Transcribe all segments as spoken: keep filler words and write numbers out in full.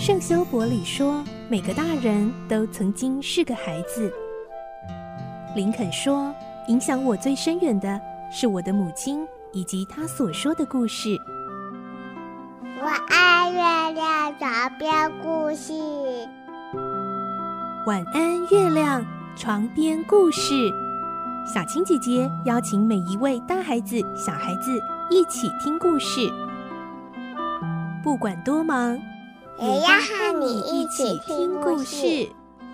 圣修伯里说，每个大人都曾经是个孩子。林肯说，影响我最深远的是我的母亲以及她所说的故事。 我爱月亮床边故事。 晚安，月亮床边故事。小青姐姐邀请每一位大孩子、小孩子一起听故事，不管多忙， 也要和你一起听故事。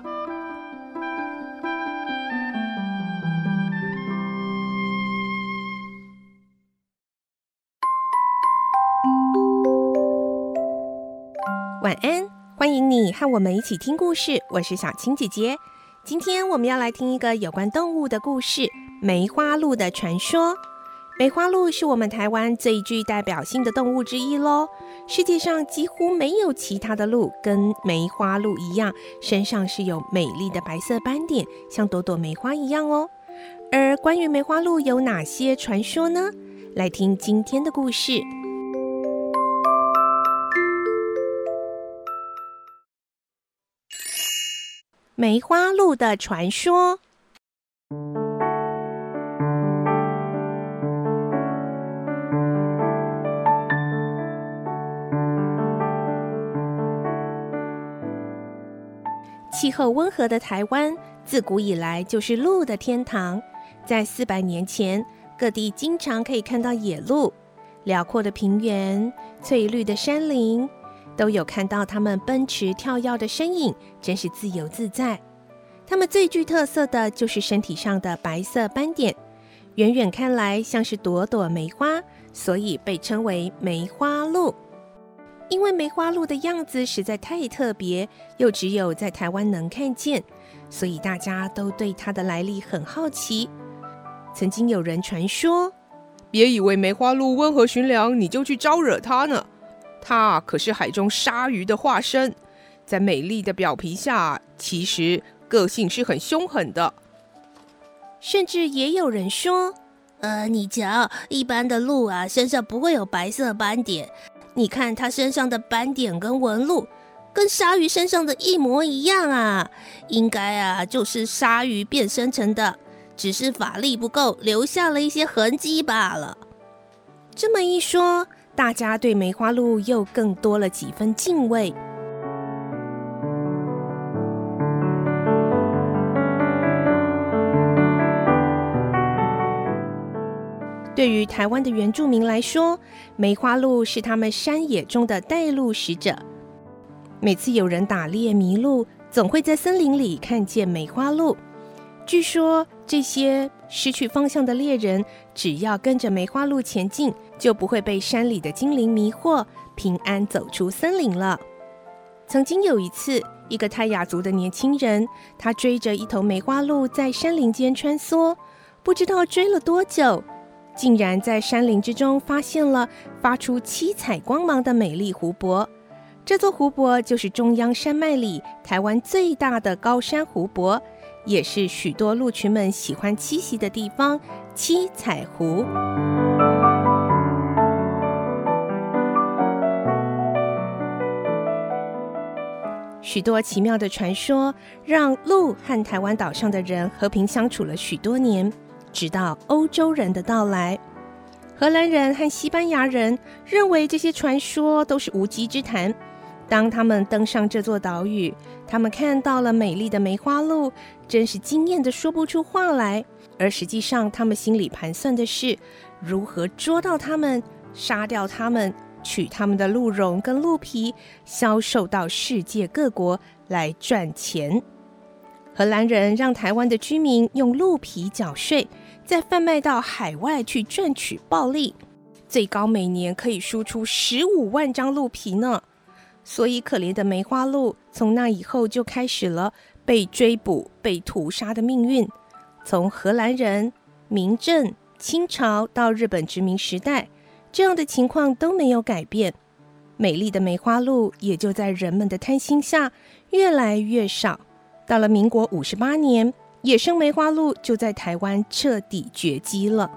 晚安，欢迎你和我们一起听故事，我是小青姐姐。今天我们要来听一个有关动物的故事《梅花鹿的传说》。梅花鹿是我们台湾最具代表性的动物之一咯。世界上几乎没有其他的鹿跟梅花鹿一样，身上是有美丽的白色斑点，像朵朵梅花一样哦。而关于梅花鹿有哪些传说呢？来听今天的故事。梅花鹿的传说。气候温和的台湾，自古以来就是鹿的天堂。在四百年前，各地经常可以看到野鹿，辽阔的平原、翠绿的山林，都有看到它们奔驰跳跃的身影，真是自由自在。它们最具特色的就是身体上的白色斑点，远远看来像是朵朵梅花，所以被称为梅花鹿。因为梅花鹿的样子实在太特别，又只有在台湾能看见，所以大家都对它的来历很好奇。曾经有人传说， 别以为梅花鹿温和驯良，你就去招惹它呢。它可是海中鲨鱼的化身，在美丽的表皮下，其实个性是很凶狠的。 甚至也有人说， 呃，你瞧，一般的鹿啊，身上不会有白色斑点，你看它身上的斑点跟纹路，跟鲨鱼身上的一模一样啊，应该啊就是鲨鱼变身成的，只是法力不够，留下了一些痕迹罢了。 这么一说，大家对梅花鹿又更多了几分敬畏。对于台湾的原住民来说，梅花鹿是他们山野中的带路使者。每次有人打猎迷路，总会在森林里看见梅花鹿。据说这些失去方向的猎人，只要跟着梅花鹿前进，就不会被山里的精灵迷惑，平安走出森林了。曾经有一次，一个泰雅族的年轻人，他追着一头梅花鹿在山林间穿梭，不知道追了多久，竟然在山林之中发现了发出七彩光芒的美丽湖泊。这座湖泊就是中央山脉里台湾最大的高山湖泊，也是许多鹿群们喜欢栖息的地方——七彩湖。许多奇妙的传说，让鹿和台湾岛上的人和平相处了许多年，直到欧洲人的到来。荷兰人和西班牙人认为这些传说都是无稽之谈。当他们登上这座岛屿，他们看到了美丽的梅花鹿，真是惊艳的说不出话来。而实际上，他们心里盘算的是如何捉到他们，杀掉他们，取他们的鹿茸跟鹿皮，销售到世界各国来赚钱。荷兰人让台湾的居民用鹿皮缴税，再贩卖到海外去赚取暴利，最高每年可以输出十五万张鹿皮呢。所以可怜的梅花鹿从那以后就开始了被追捕、被屠杀的命运。从荷兰人、明郑、清朝到日本殖民时代，这样的情况都没有改变。美丽的梅花鹿也就在人们的贪心下越来越少。到了民国五十八年，野生梅花鹿就在台湾彻底绝迹了。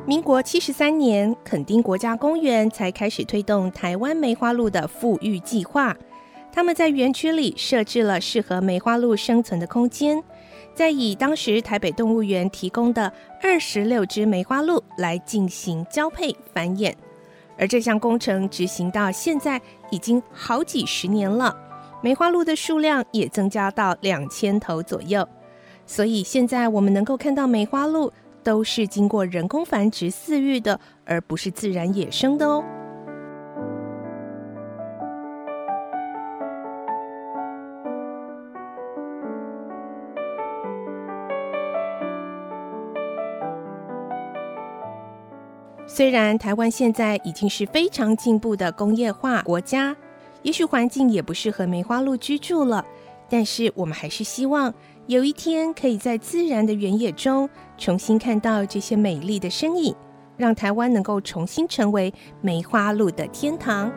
民国七十三年，垦丁国家公园才开始推动台湾梅花鹿的复育计划。他们在园区里设置了适合梅花鹿生存的空间，再以当时台北动物园提供的二十六只梅花鹿来进行交配繁衍。而这项工程执行到现在已经好几十年了，梅花鹿的数量也增加到两千头左右。所以现在我们能够看到梅花鹿都是经过人工繁殖饲育的，而不是自然野生的哦。虽然台湾现在已经是非常进步的工业化国家，也许环境也不适合梅花鹿居住了，但是我们还是希望有一天可以在自然的原野中重新看到这些美丽的身影，让台湾能够重新成为梅花鹿的天堂。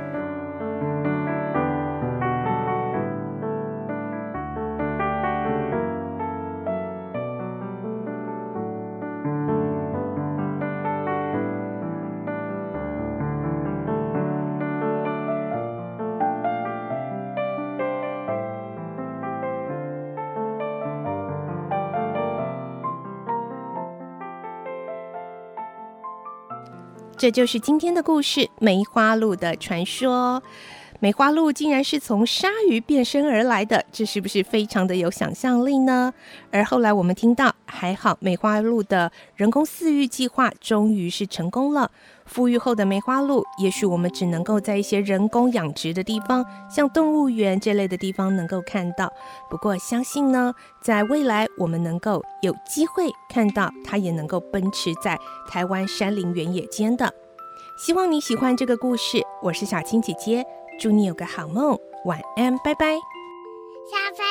这就是今天的故事，梅花鹿的传说。梅花鹿竟然是从鲨鱼变身而来的，这是不是非常的有想象力呢？而后来我们听到，还好梅花鹿的人工饲育计划终于是成功了。复育后的梅花鹿，也许我们只能够在一些人工养殖的地方，像动物园这类的地方能够看到。不过相信呢，在未来我们能够有机会看到它也能够奔驰在台湾山林原野间的。希望你喜欢这个故事，我是小青姐姐，祝你有个好梦，晚安，拜拜。 小朋